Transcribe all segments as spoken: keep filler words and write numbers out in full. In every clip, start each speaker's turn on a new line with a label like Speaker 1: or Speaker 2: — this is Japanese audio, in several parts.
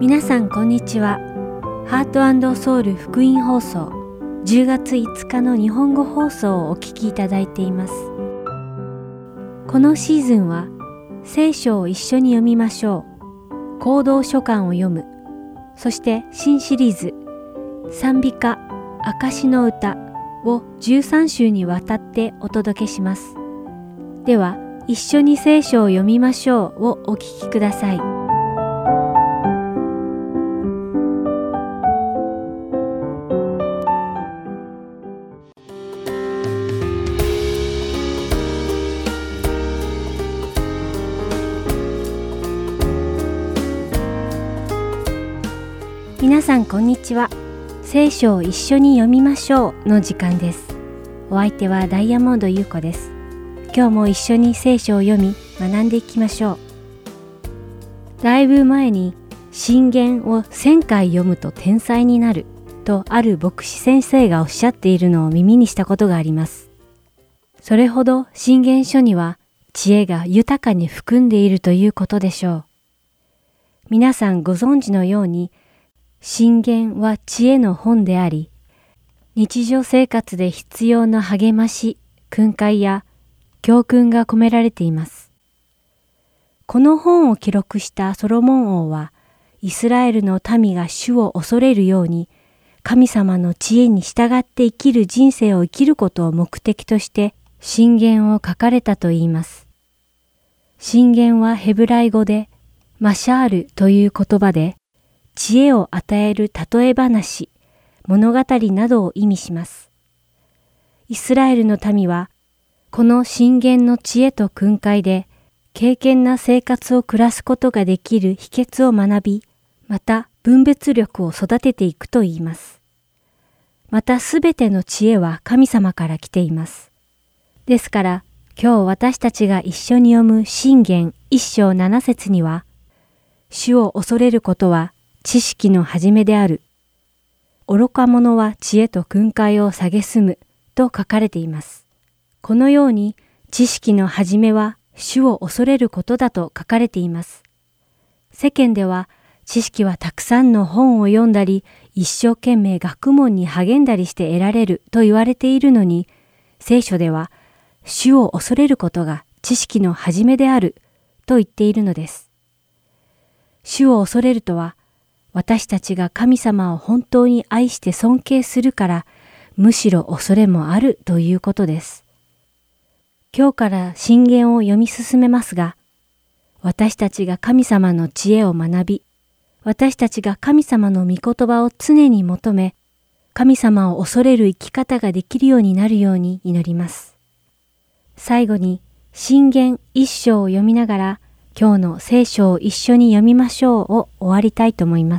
Speaker 1: 皆さんこんにちは。ハート&ソウル福音放送じゅうがついつかの日本語放送をお聞きいただいています。このシーズンは聖書を一緒に読みましょう、行動書簡を読む、そして新シリーズ賛美歌証の歌をじゅうさん週にわたってお届けします。では一緒に聖書を読みましょうをお聞きください。皆さんこんにちは。聖書を一緒に読みましょうの時間です。お相手はダイヤモンド優子です。今日も一緒に聖書を読み学んでいきましょう。だいぶ前に箴言をせんかい読むと天才になるとある牧師先生がおっしゃっているのを耳にしたことがあります。それほど箴言書には知恵が豊かに含んでいるということでしょう。皆さんご存知のように箴言は知恵の本であり、日常生活で必要な励まし、訓戒や教訓が込められています。この本を記録したソロモン王は、イスラエルの民が主を恐れるように、神様の知恵に従って生きる人生を生きることを目的として、箴言を書かれたといいます。箴言はヘブライ語で、マシャールという言葉で、知恵を与える例え話、物語などを意味します。イスラエルの民は、この箴言の知恵と訓戒で、敬虔な生活を暮らすことができる秘訣を学び、また分別力を育てていくといいます。またすべての知恵は神様から来ています。ですから、今日私たちが一緒に読む箴言一章七節には、主を恐れることは、知識の始めである。愚か者は知恵と訓戒を蔑むと書かれています。このように知識の始めは主を恐れることだと書かれています。世間では知識はたくさんの本を読んだり、一生懸命学問に励んだりして得られると言われているのに、聖書では主を恐れることが知識の始めであると言っているのです。主を恐れるとは、私たちが神様を本当に愛して尊敬するから、むしろ恐れもあるということです。今日から箴言を読み進めますが、私たちが神様の知恵を学び、私たちが神様の御言葉を常に求め、神様を恐れる生き方ができるようになるように祈ります。最後に、箴言一章を読みながら、今日の聖書を一緒に読みましょうを終わりたいと思います。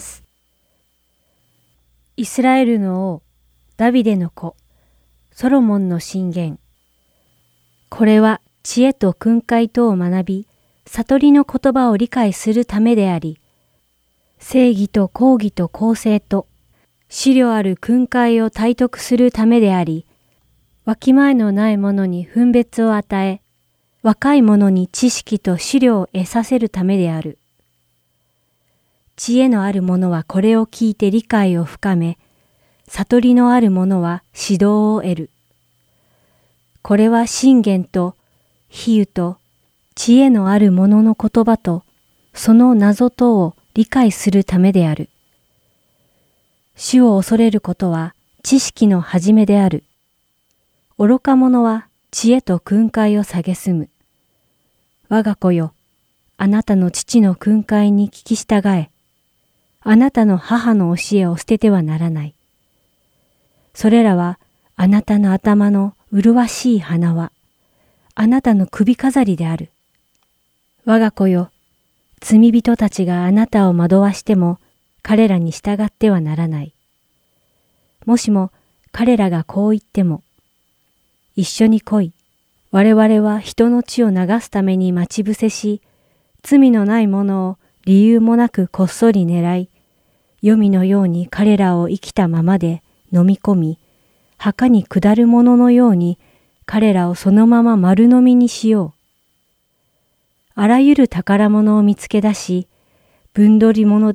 Speaker 1: イスラエルの王、ダビデの子、ソロモンの箴言。これは知恵と訓戒とを学び、悟りの言葉を理解するためであり、正義と公義と公正と、資料ある訓戒を体得するためであり、わきまえのない者に分別を与え、若い者に知識と資料を得させるためである。知恵のある者はこれを聞いて理解を深め、悟りのある者は指導を得る。これは箴言と比喩と知恵のある者の言葉とその謎とを理解するためである。主を恐れることは知識の始めである。愚か者は知恵と訓戒を蔑む。我が子よ、あなたの父の訓戒に聞き従え。あなたの母の教えを捨ててはならない。それらはあなたの頭の麗しい花輪、あなたの首飾りである。我が子よ、罪人たちがあなたを惑わしても彼らに従ってはならない。もしも彼らがこう言っても、一緒に来い。我々は人の血を流すために待ち伏せし、罪のないものを理由もなくこっそり狙い、黄泉のように彼らを生きたままで飲み込み、墓に下るもののように彼らをそのまま丸飲みにしよう。あらゆる宝物を見つけ出し、分取り物で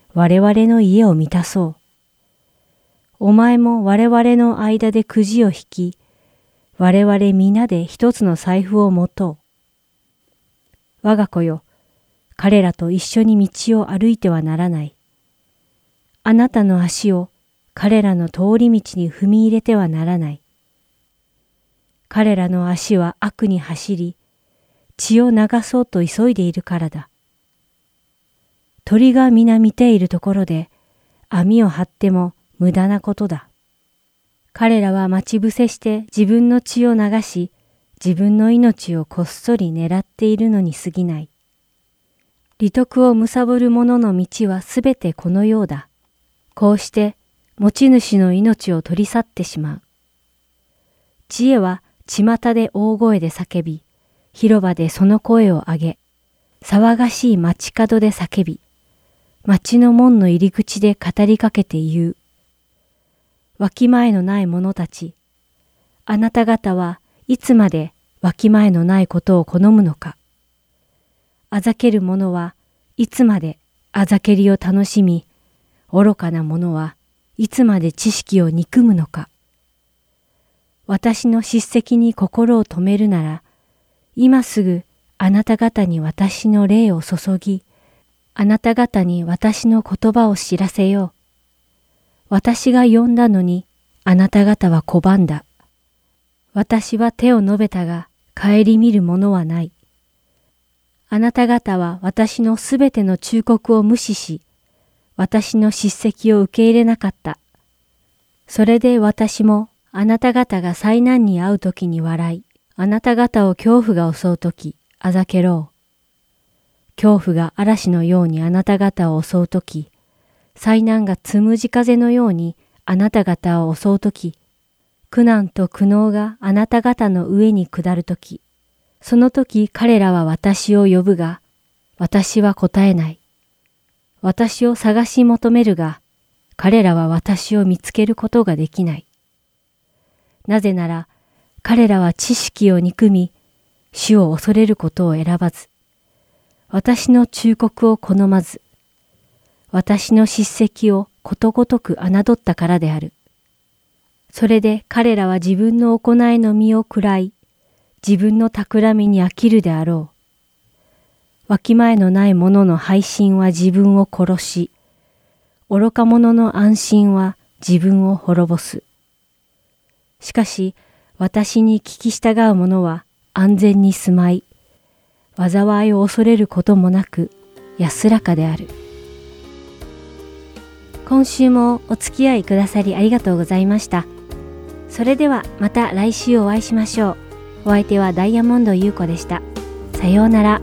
Speaker 1: 我々の家を満たそう。お前も我々の間でくじを引き、我々皆で一つの財布を持とう。我が子よ、彼らと一緒に道を歩いてはならない。あなたの足を彼らの通り道に踏み入れてはならない。彼らの足は悪に走り、血を流そうと急いでいるからだ。鳥が皆見ているところで網を張っても無駄なことだ。彼らは待ち伏せして自分の血を流し、自分の命をこっそり狙っているのに過ぎない。利得を貪る者の道はすべてこのようだ。こうして持ち主の命を取り去ってしまう。知恵は巷で大声で叫び、広場でその声を上げ、騒がしい街角で叫び、町の門の入り口で語りかけて言う。わきまえのない者たち、あなた方はいつまでわきまえのないことを好むのか。あざける者はいつまであざけりを楽しみ、愚かな者はいつまで知識を憎むのか。私の叱責に心を止めるなら、今すぐあなた方に私の霊を注ぎ、あなた方に私の言葉を知らせよう。私が呼んだのにあなた方は拒んだ。私は手を述べたが顧みるものはない。あなた方は私のすべての忠告を無視し、私の叱責を受け入れなかった。それで私もあなた方が災難に遭うときに笑い、あなた方を恐怖が襲うとき、あざけろう。恐怖が嵐のようにあなた方を襲うとき、災難がつむじ風のようにあなた方を襲うとき、苦難と苦悩があなた方の上に下るとき、そのとき彼らは私を呼ぶが、私は答えない。私を探し求めるが、彼らは私を見つけることができない。なぜなら、彼らは知識を憎み、主を恐れることを選ばず、私の忠告を好まず、私の叱責をことごとく侮ったからである。それで彼らは自分の行いの身を喰らい、自分の企みに飽きるであろう。わきまえのない者の背信は自分を殺し、愚か者の安心は自分を滅ぼす。しかし、私に聞き従う者は安全に住まい、災いを恐れることもなく安らかである。今週もお付き合いくださりありがとうございました。それではまた来週お会いしましょう。お相手はダイヤモンド優子でした。さようなら。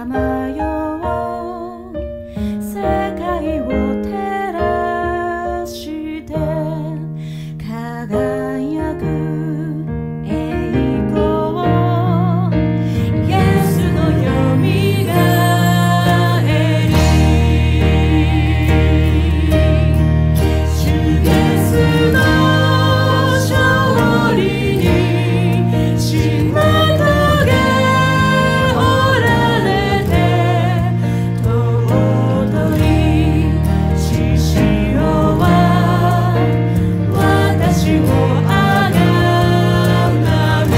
Speaker 2: まよう世界を照らして輝く栄光イエスのよみがえり主イエスの勝利にしまとげおられて尊い獅子王は私をあがなう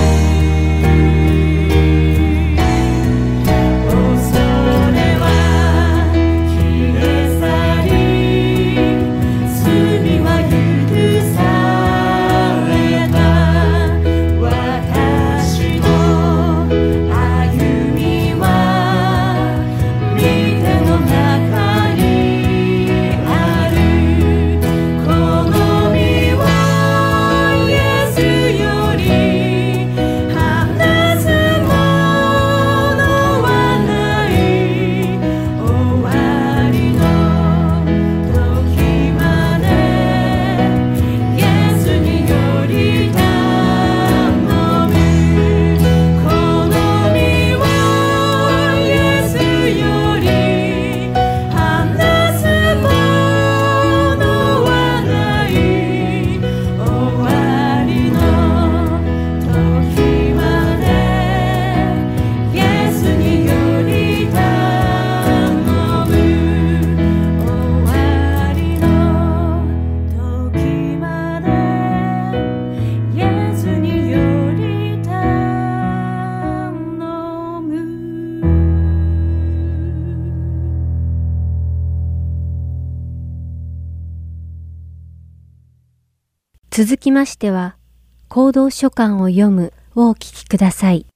Speaker 2: 恐れは消え去り罪は許された私の歩みは御手の中にあるこの身をイエスより離すものはない終わりの時までイエスにより頼むこの身をイエスより離すものはない終わりの時までイエスにより頼む終わりの時までイエスにより頼む
Speaker 1: 続きましては、行動書簡を読むをお聞きください。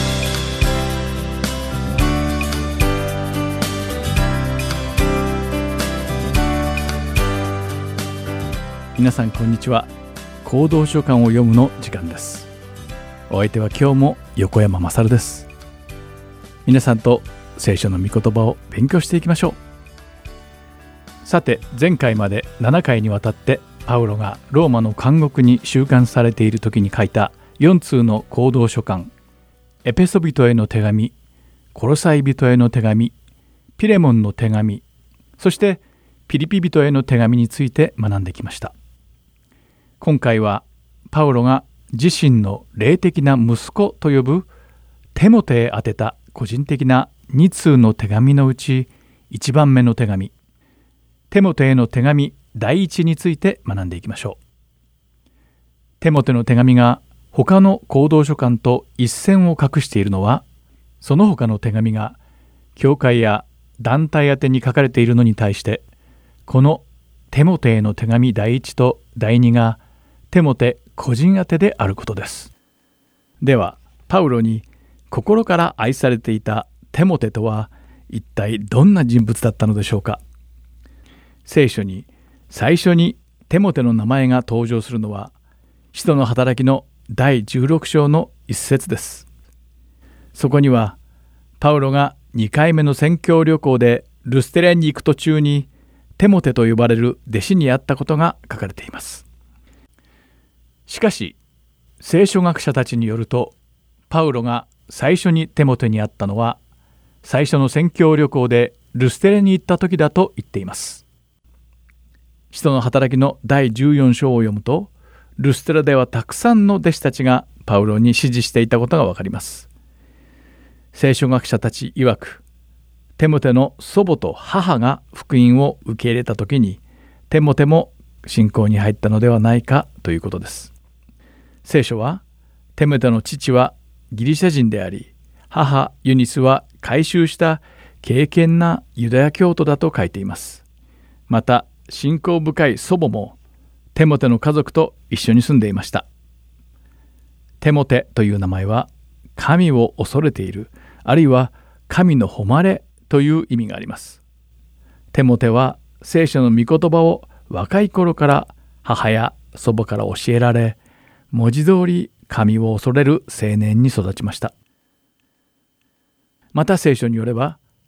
Speaker 3: 皆さんこんにちは。行動書簡を読むの時間です。お相手は今日も横山まさるです。皆さんと聖書の御言葉を勉強していきましょう。さて、前回までななかいにわたってパウロがローマの監獄に収監されている時に書いたよんつうの行動書簡、エペソ人への手紙、コロサイ人への手紙、ピレモンの手紙、そしてピリピ人への手紙について学んできました。今回はパウロが自身の霊的な息子と呼ぶテモテへ宛てた個人的なにつうの手紙のうちいちばんめの手紙、テモテへの手紙第一について学んでいきましょう。テモテの手紙が他の行動書簡と一線を画しているのは、その他の手紙が教会や団体宛てに書かれているのに対して、このテモテへの手紙第一と第二がテモテ個人宛てであることです。では、パウロに心から愛されていたテモテとは一体どんな人物だったのでしょうか。聖書に最初にテモテの名前が登場するのは、使徒の働きのだいじゅうろく章の一節です。そこには、パウロがにかいめの宣教旅行でルステレに行く途中に、テモテと呼ばれる弟子に会ったことが書かれています。しかし、聖書学者たちによると、パウロが最初にテモテに会ったのは、最初の宣教旅行でルステレに行った時だと言っています。使徒の働きのだいじゅうよん章を読むと、ルステラではたくさんの弟子たちがパウロに支持していたことがわかります。聖書学者たち曰く、テモテの祖母と母が福音を受け入れた時に、テモテも信仰に入ったのではないかということです。聖書は、テモテの父はギリシャ人であり、母ユニスは改宗した敬虔なユダヤ教徒だと書いています。また、信仰深い祖母もテモテの家族と一緒に住んでいました。テモテという名前は神を恐れている、あるいは神の誉れという意味があります。テモテは聖書の御言葉を若い頃から母や祖母から教えられ、文字通り神を恐れる青年に育ちました。また聖書によれば、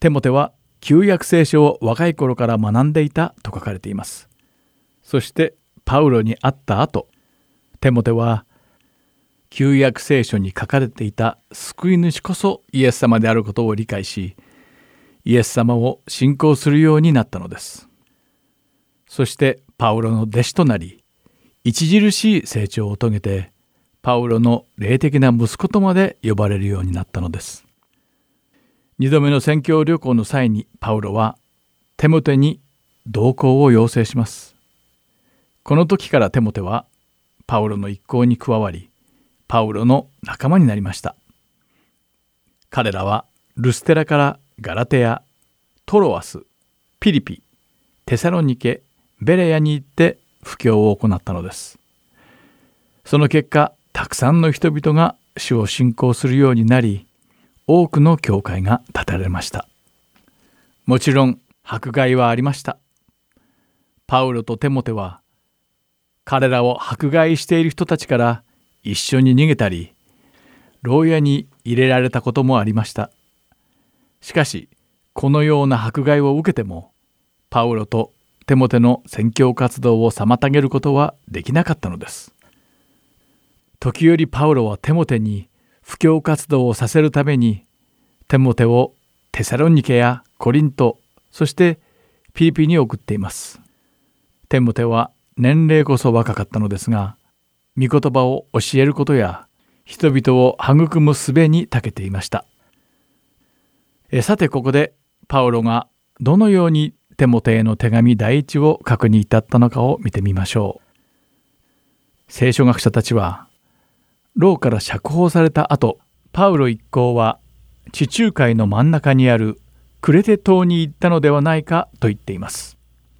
Speaker 3: テモテは旧約聖書を若い頃から学んでいたと書かれています。そしてパウロに会った後、テモテは旧約聖書に書かれていた救い主こそイエス様であることを理解し、イエス様を信仰するようになったのです。そしてパウロの弟子となり、著しい成長を遂げて、パウロの霊的な息子とまで呼ばれるようになったのです。二度目の宣教旅行の際にパウロはテモテに同行を要請します。この時からテモテはパウロの一行に加わり、パウロの仲間になりました。彼らはルステラからガラテヤ、トロアス、ピリピ、テサロニケ、ベレヤに行って布教を行ったのです。その結果、たくさんの人々が主を信仰するようになり、多くの教会が建てられました。もちろん迫害はありました。パウロとテモテは彼らを迫害している人たちから一緒に逃げたり、牢屋に入れられたこともありました。しかし、このような迫害を受けても、パウロとテモテの宣教活動を妨げることはできなかったのです。時折パウロはテモテに布教活動をさせるために、テモテをテサロニケやコリント、そしてピリピに送っています。テモテは年齢こそ若かったのですが、御言葉を教えることや人々を育む術に長けていました。えさてここでパウロがどのようにテモテへの手紙第一を書くに至ったのかを見てみましょう。聖書学者たちは、牢から釈放された後、パウロ一行は地中海の真ん中にあるクレテ島に行ったのではないかと言っています。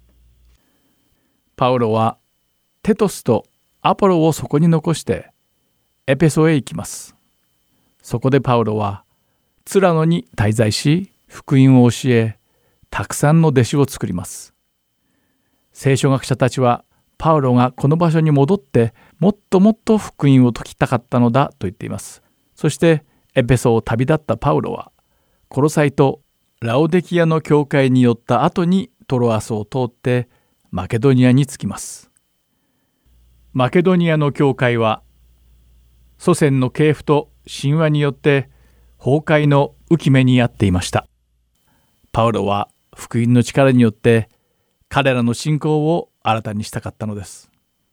Speaker 3: パウロはテトスとアポロをそこに残してエペソへ行きます。そこでパウロはツラノに滞在し、福音を教え、たくさんの弟子を作ります。聖書学者たちはパウロがこの場所に戻ってもっともっと福音を説きたかったのだと言っています。そしてエペソを旅立ったパウロはコロサイとラオデキアの教会に寄った後にトロアスを通ってマケドニアに着きます。マケドニアの教会は祖先の系譜と神話によって崩壊の浮き目にあっていました。パウロは福音の力によって彼らの信仰を新たにしたかったのです。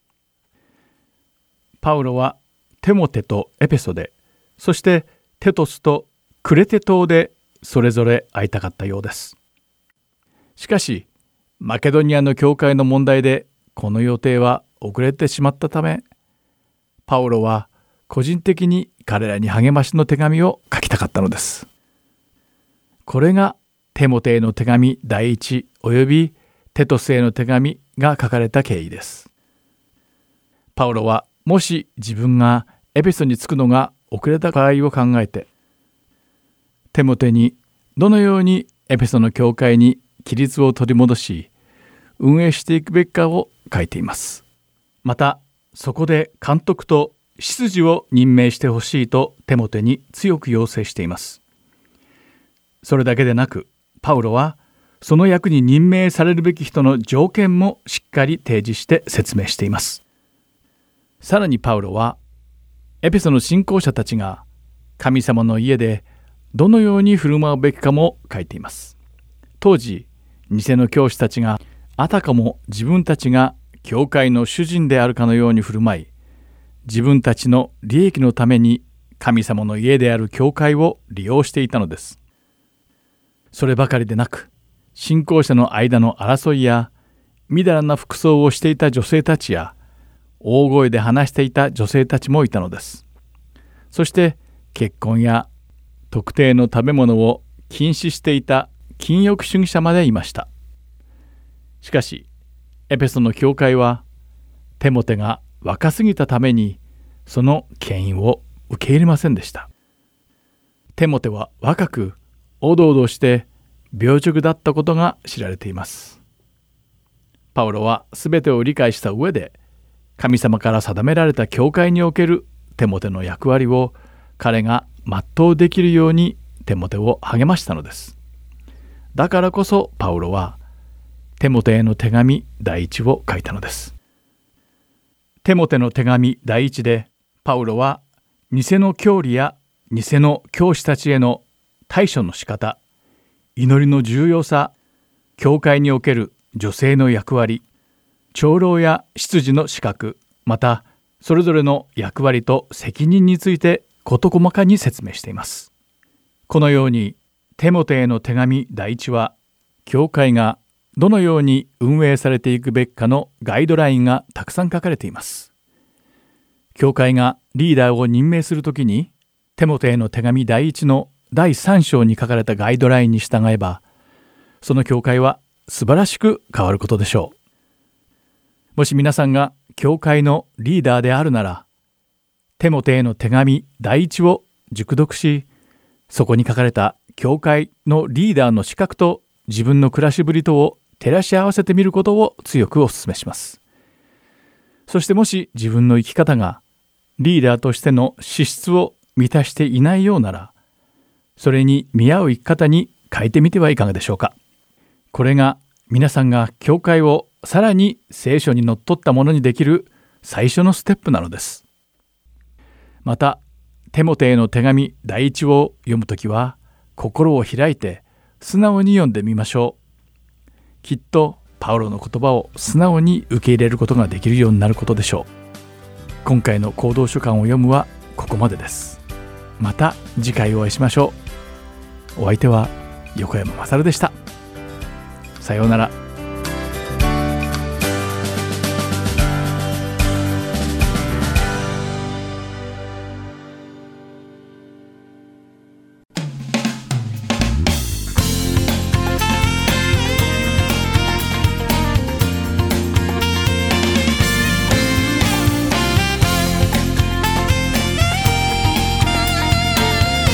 Speaker 3: パウロはテモテとエペソで、そしてテトスとクレテ島でそれぞれ会いたかったようです。しかしマケドニアの教会の問題でこの予定は遅れてしまったため、パウロは個人的に彼らに励ましの手紙を書きたかったのです。これがテモテへの手紙第一およびテトスへの手紙が書かれた経緯です。パウロはもし自分がエペソに着くのが遅れた場合を考えて、テモテにどのようにエペソの教会に規律を取り戻し運営していくべきかを書いています。またそこで監督と執事を任命してほしいとテモテに強く要請しています。それだけでなく、パウロはその役に任命されるべき人の条件もしっかり提示して説明しています。さらにパウロはエペソの信仰者たちが神様の家でどのように振る舞うべきかも書いています。当時偽の教師たちがあたかも自分たちが教会の主人であるかのように振る舞い、自分たちの利益のために神様の家である教会を利用していたのです。そればかりでなく、信仰者の間の争いやみだらな服装をしていた女性たちや大声で話していた女性たちもいたのです。そして結婚や特定の食べ物を禁止していた禁欲主義者までいました。しかしエペソの教会はテモテが若すぎたためにその権威を受け入れませんでした。テモテは若くおどおどして病弱だったことが知られています。パウロはすべてを理解した上で、神様から定められた教会におけるテモテの役割を彼が全うできるようにテモテを励ましたのです。 だからこそパウロはテモテへの手紙第一を書いたのです。テモテの手紙第一でパウロは偽の教理や偽の教師たちへの対処の仕方、祈りの重要さ、教会における女性の役割、長老や執事の資格、またそれぞれの役割と責任について事細かに説明しています。このようにテモテへの手紙第一は、教会がどのように運営されていくべきかのガイドラインがたくさん書かれています。教会がリーダーを任命するときに、テモテへの手紙第一のだいさん章に書かれたガイドラインに従えば、その教会は素晴らしく変わることでしょう。もし皆さんが教会のリーダーであるなら、テモテへの手紙第一を熟読し、そこに書かれた教会のリーダーの資格と自分の暮らしぶりとを照らし合わせてみることを強くお勧めします。そしてもし自分の生き方がリーダーとしての資質を満たしていないようなら、それに見合う生き方に変えてみてはいかがでしょうか。これが皆さんが教会をさらに聖書にのっとったものにできる最初のステップなのです。また、テモテへの手紙第一を読むときは、心を開いて素直に読んでみましょう。きっとパウロの言葉を素直に受け入れることができるようになることでしょう。今回の講道書簡を読むはここまでです。また次回お会いしましょう。お相手は横山まさるでした。さようなら。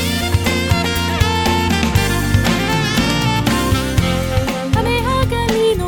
Speaker 2: 雨上がり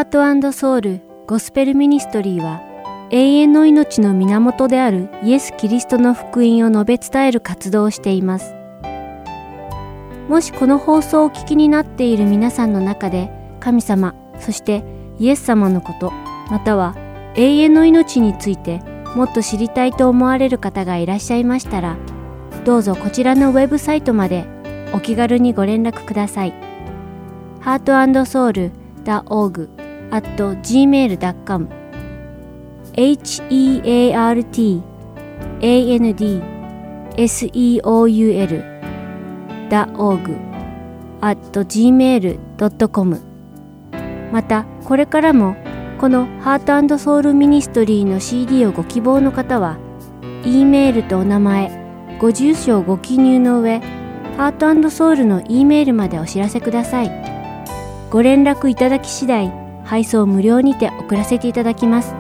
Speaker 1: ハート&ソウルゴスペルミニストリーは永遠の命の源であるイエス・キリストの福音を述べ伝える活動をしています。もしこの放送をお聞きになっている皆さんの中で神様、そしてイエス様のこと、または永遠の命についてもっと知りたいと思われる方がいらっしゃいましたら、どうぞこちらのウェブサイトまでお気軽にご連絡ください。ハートアンドソウルドットオーグ アット ジーメール ドットコム エイチ イー エー アール ティー エー エヌ ディー エス イー オー ユー エル ドットオーグ アット ジーメール ドットコム。 またこれからもこのハート&ソウルミニストリーの シーディー をご希望の方は E メールとお名前、ご住所をご記入の上、ハート&ソウルの E メールまでお知らせください。ご連絡いただき次第、配送無料にて送らせていただきます。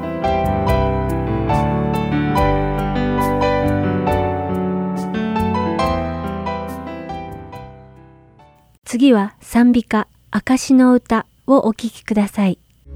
Speaker 1: 次は賛美歌証の歌をお聴きください。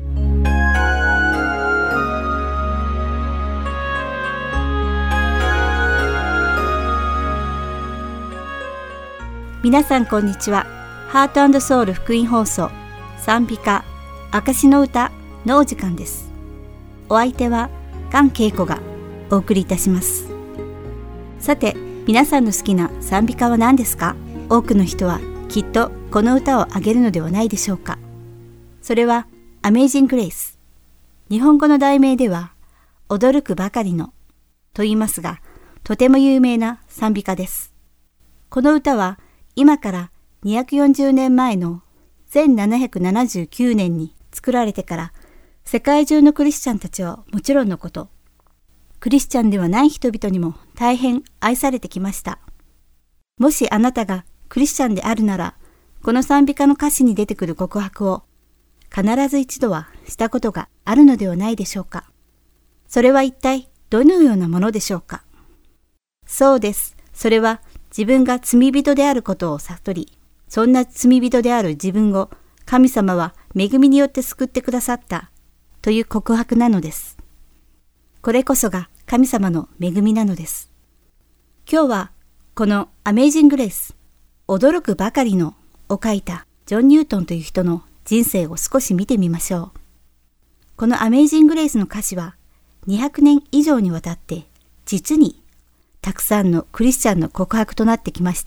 Speaker 4: 皆さんこんにちは。ハート&ソウル福音放送賛美歌証の歌のお時間です。お相手は菅恵子がお送りいたします。さて、皆さんの好きな賛美歌は何ですか？多くの人はきっとこの歌をあげるのではないでしょうか。それは Amazing Grace。日本語の題名では驚くばかりのと言いますが、とても有名な賛美歌です。この歌は今からにひゃくよんじゅうねんまえのせんななひゃくななじゅうきゅうねんに作られてから、世界中のクリスチャンたちはもちろんのこと、クリスチャンではない人々にも大変愛されてきました。もしあなたがクリスチャンであるなら、この賛美歌の歌詞に出てくる告白を必ず一度はしたことがあるのではないでしょうか。それは一体どのようなものでしょうか。そうです。それは自分が罪人であることを悟り、そんな罪人である自分を神様は恵みによって救ってくださったという告白なのです。これこそが神様の恵みなのです。今日はこの Amazing Grace、驚くばかりのを書いたジョン・ニュートンという人の人生を少し見てみましょう。この Amazing Grace の歌詞はにひゃくねん以上にわたって実にたくさんのクリスチャンの告白となってきました。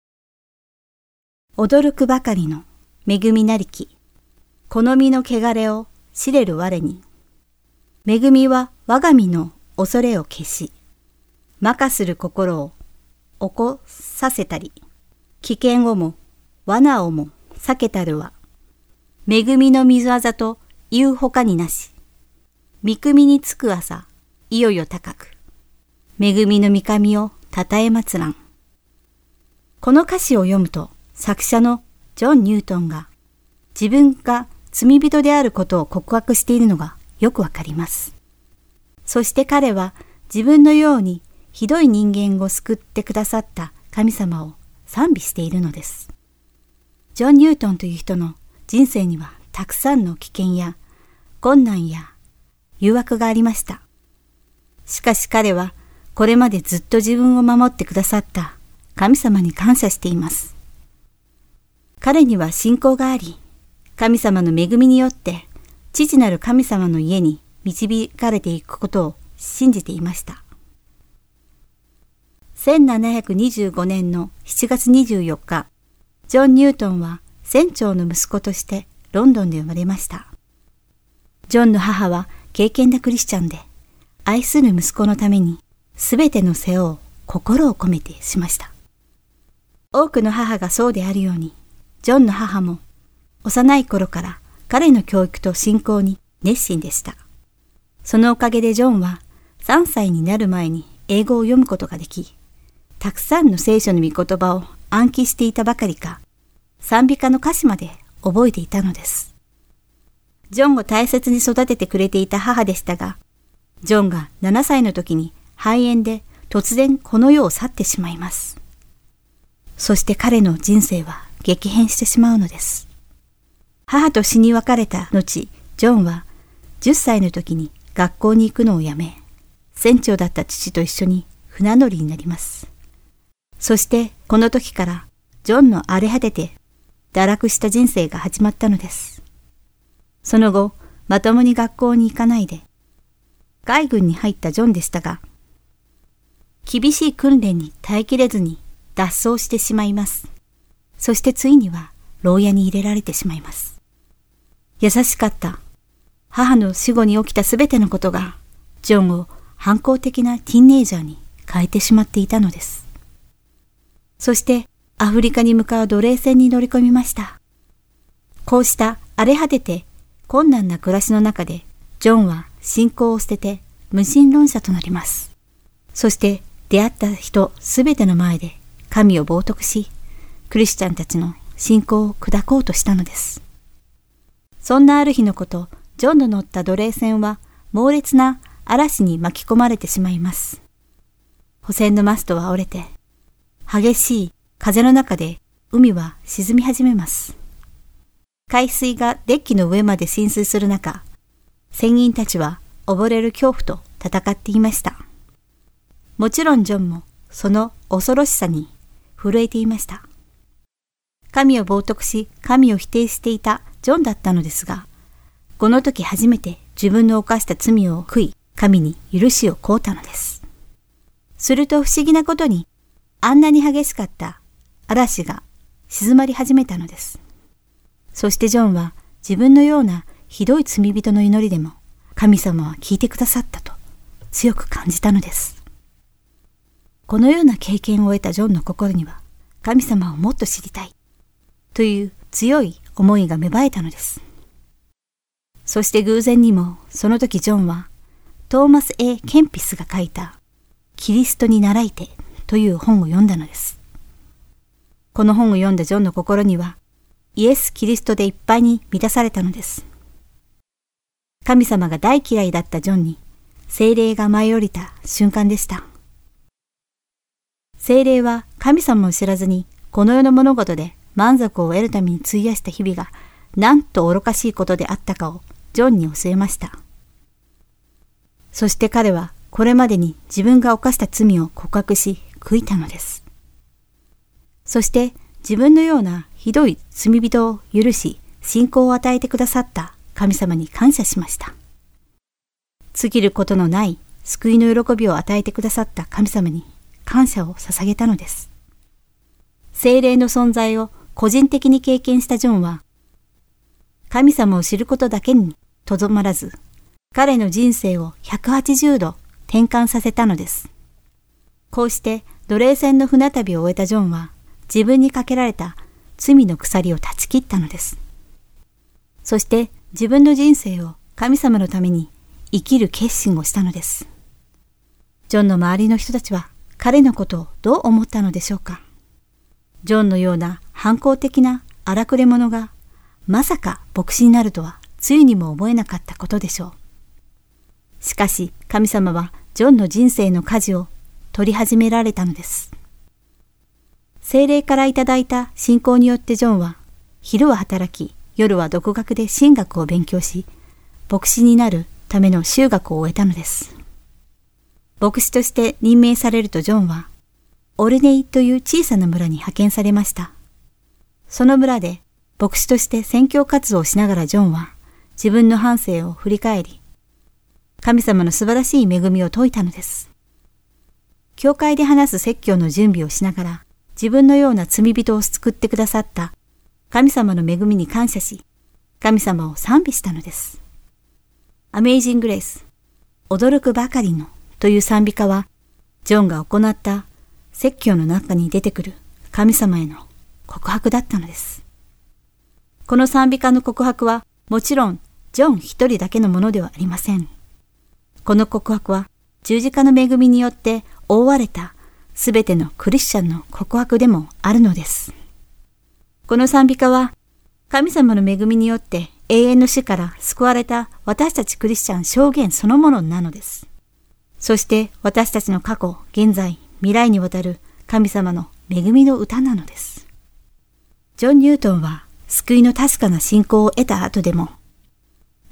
Speaker 4: 驚くばかりの恵みなりき、好みの汚れを知れる我に、恵みは我が身の恐れを消し、魔化する心を起こさせたり、危険をも罠をも避けたるは、恵みの水あざと言うほかになし、御組につく朝、いよいよ高く、恵みの御神をたたえまつらん。この歌詞を読むと、作者のジョン・ニュートンが自分が罪人であることを告白しているのがよくわかります。そして彼は自分のようにひどい人間を救ってくださった神様を賛美しているのです。ジョン・ニュートンという人の人生にはたくさんの危険や困難や誘惑がありました。しかし彼はこれまでずっと自分を守ってくださった神様に感謝しています。彼には信仰があり、神様の恵みによって父なる神様の家に導かれていくことを信じていました。せんななひゃくにじゅうごねんのしちがつにじゅうよっか、ジョン・ニュートンは船長の息子としてロンドンで生まれました。ジョンの母は敬虔なクリスチャンで、愛する息子のためにすべての世話を心を込めてしました。多くの母がそうであるように、ジョンの母も幼い頃から彼の教育と信仰に熱心でした。そのおかげでジョンはさんさいになる前に英語を読むことができ、たくさんの聖書の御言葉を暗記していたばかりか、賛美歌の歌詞まで覚えていたのです。ジョンを大切に育ててくれていた母でしたが、ジョンがななさいの時に肺炎で突然この世を去ってしまいます。そして彼の人生は激変してしまうのです。母と死に別れた後、 ジョンはじゅっさいの時に学校に行くのをやめ、船長だった父と一緒に船乗りになります。そしてこの時からジョンの荒れ果てて堕落した人生が始まったのです。その後、まともに学校に行かないで、海軍に入ったジョンでしたが、厳しい訓練に耐えきれずに脱走してしまいます。そしてついには牢屋に入れられてしまいます。優しかった母の死後に起きたすべてのことが、ジョンを反抗的なティーンエイジャーに変えてしまっていたのです。そしてアフリカに向かう奴隷船に乗り込みました。こうした荒れ果てて困難な暮らしの中で、ジョンは信仰を捨てて無神論者となります。そして出会った人すべての前で神を冒涜し、クリスチャンたちの信仰を砕こうとしたのです。そんなある日のこと、ジョンの乗った奴隷船は猛烈な嵐に巻き込まれてしまいます。補船のマストは折れて、激しい風の中で海は沈み始めます。海水がデッキの上まで浸水する中、船員たちは溺れる恐怖と戦っていました。もちろんジョンもその恐ろしさに震えていました。神を冒涜し、神を否定していたジョンだったのですが、この時初めて自分の犯した罪を悔い、神に許しを請うたのです。すると不思議なことに、あんなに激しかった嵐が静まり始めたのです。そしてジョンは自分のようなひどい罪人の祈りでも神様は聞いてくださったと強く感じたのです。このような経験を得たジョンの心には、神様をもっと知りたいという強い思いが芽生えたのです。そして偶然にもその時ジョンはトーマス・A・ケンピスが書いたキリストに倣いてという本を読んだのです。この本を読んだジョンの心にはイエス・キリストでいっぱいに満たされたのです。神様が大嫌いだったジョンに聖霊が舞い降りた瞬間でした。聖霊は神様を知らずにこの世の物事で満足を得るために費やした日々がなんと愚かしいことであったかをジョンに教えました。そして彼はこれまでに自分が犯した罪を告白し悔いたのです。そして自分のようなひどい罪人を許し信仰を与えてくださった神様に感謝しました。尽きることのない救いの喜びを与えてくださった神様に感謝を捧げたのです。聖霊の存在を個人的に経験したジョンは、神様を知ることだけにとどまらず、彼の人生をひゃくはちじゅうど転換させたのです。こうして奴隷船の船旅を終えたジョンは、自分にかけられた罪の鎖を断ち切ったのです。そして自分の人生を神様のために生きる決心をしたのです。ジョンの周りの人たちは彼のことをどう思ったのでしょうか。ジョンのような反抗的な荒くれ者がまさか牧師になるとはつゆにも思えなかったことでしょう。しかし神様はジョンの人生の舵を取り始められたのです。聖霊からいただいた信仰によってジョンは昼は働き、夜は独学で神学を勉強し、牧師になるための修学を終えたのです。牧師として任命されるとジョンはオルネイという小さな村に派遣されました。その村で牧師として宣教活動をしながらジョンは自分の半生を振り返り、神様の素晴らしい恵みを説いたのです。教会で話す説教の準備をしながら、自分のような罪人を救ってくださった神様の恵みに感謝し、神様を賛美したのです。アメイジングレース、驚くばかりのという賛美歌は、ジョンが行った説教の中に出てくる神様への告白だったのです。この賛美歌の告白は、もちろんジョン一人だけのものではありません。この告白は十字架の恵みによって覆われたすべてのクリスチャンの告白でもあるのです。この賛美歌は神様の恵みによって永遠の死から救われた私たちクリスチャン証言そのものなのです。そして私たちの過去、現在、未来にわたる神様の恵みの歌なのです。ジョン・ニュートンは救いの確かな信仰を得た後でも、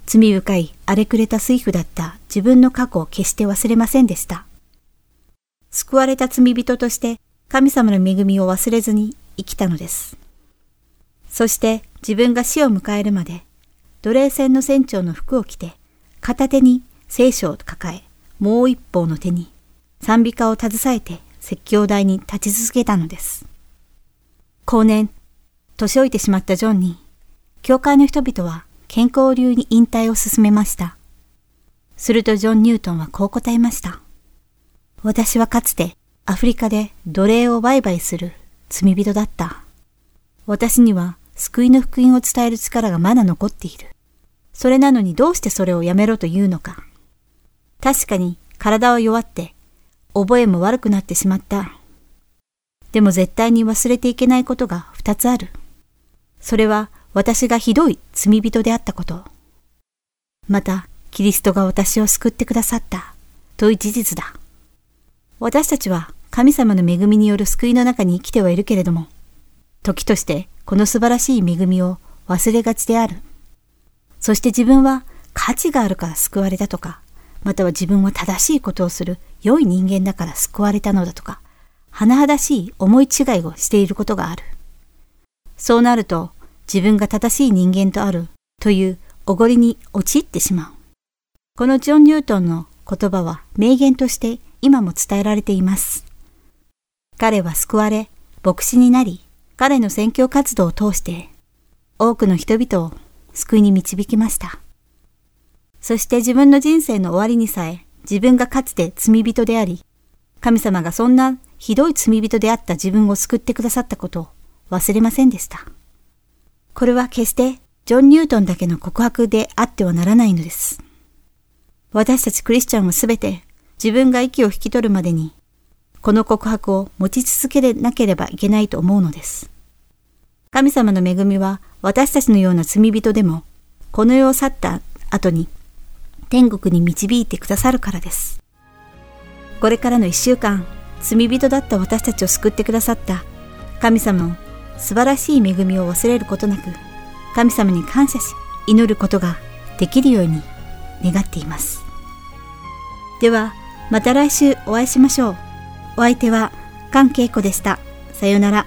Speaker 4: 罪深い荒れくれた水夫だった自分の過去を決して忘れませんでした。救われた罪人として神様の恵みを忘れずに生きたのです。そして自分が死を迎えるまで、奴隷船の船長の服を着て、片手に聖書を抱え、もう一方の手に賛美歌を携えて説教台に立ち続けたのです。後年、年老いてしまったジョンに、教会の人々は健康流に引退を進めました。するとジョン・ニュートンはこう答えました。私はかつてアフリカで奴隷を売買する罪人だった。私には救いの福音を伝える力がまだ残っている。それなのにどうしてそれをやめろというのか。確かに体は弱って、覚えも悪くなってしまった。でも絶対に忘れていけないことが二つある。それは私がひどい罪人であったこと。また、キリストが私を救ってくださったという事実だ。私たちは神様の恵みによる救いの中に生きてはいるけれども、時としてこの素晴らしい恵みを忘れがちである。そして自分は価値があるから救われたとか、または自分は正しいことをする良い人間だから救われたのだとか、甚だしい思い違いをしていることがある。そうなると自分が正しい人間とあるというおごりに陥ってしまう。このジョン・ニュートンの言葉は名言として今も伝えられています。彼は救われ、牧師になり、彼の宣教活動を通して多くの人々を救いに導きました。そして自分の人生の終わりにさえ自分がかつて罪人であり、神様がそんなひどい罪人であった自分を救ってくださったことを忘れませんでした。これは決してジョン・ニュートンだけの告白であってはならないのです。私たちクリスチャンはすべて自分が息を引き取るまでにこの告白を持ち続けなければいけないと思うのです。神様の恵みは私たちのような罪人でもこの世を去った後に天国に導いてくださるからです。これからの一週間、罪人だった私たちを救ってくださった神様の素晴らしい恵みを忘れることなく、神様に感謝し祈ることができるように願っています。では、また来週お会いしましょう。お相手は菅恵子でした。さようなら。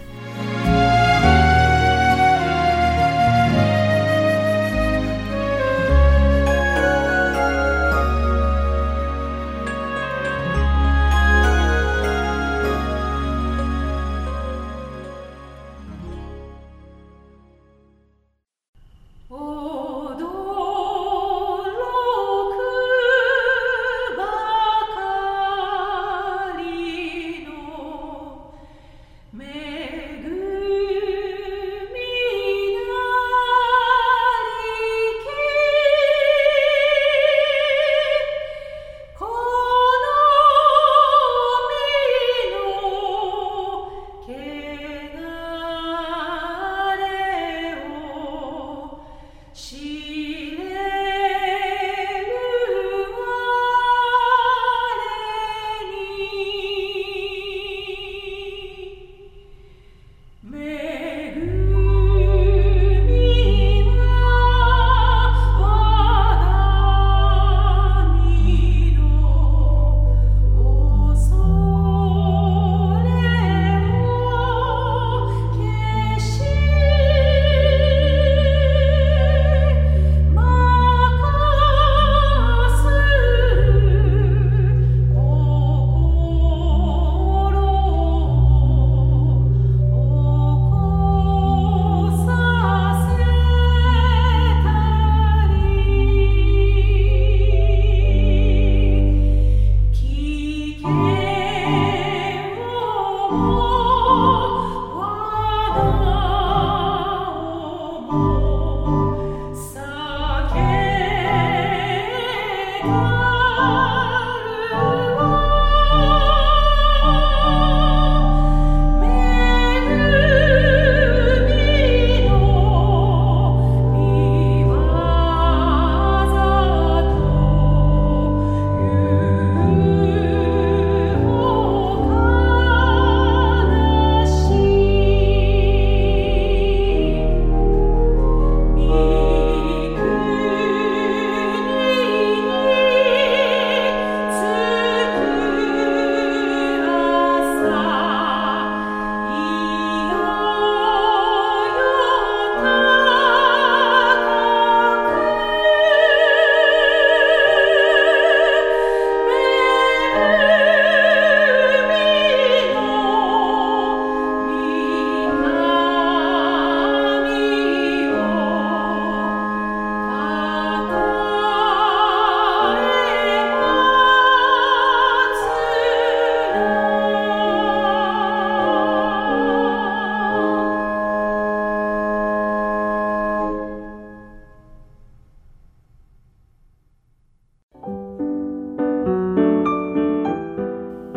Speaker 2: め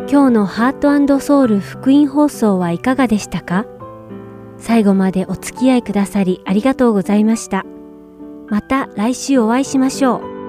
Speaker 1: 今日のハート&ソウル福音放送はいかがでしたか？最後までお付き合いくださりありがとうございました。また来週お会いしましょう。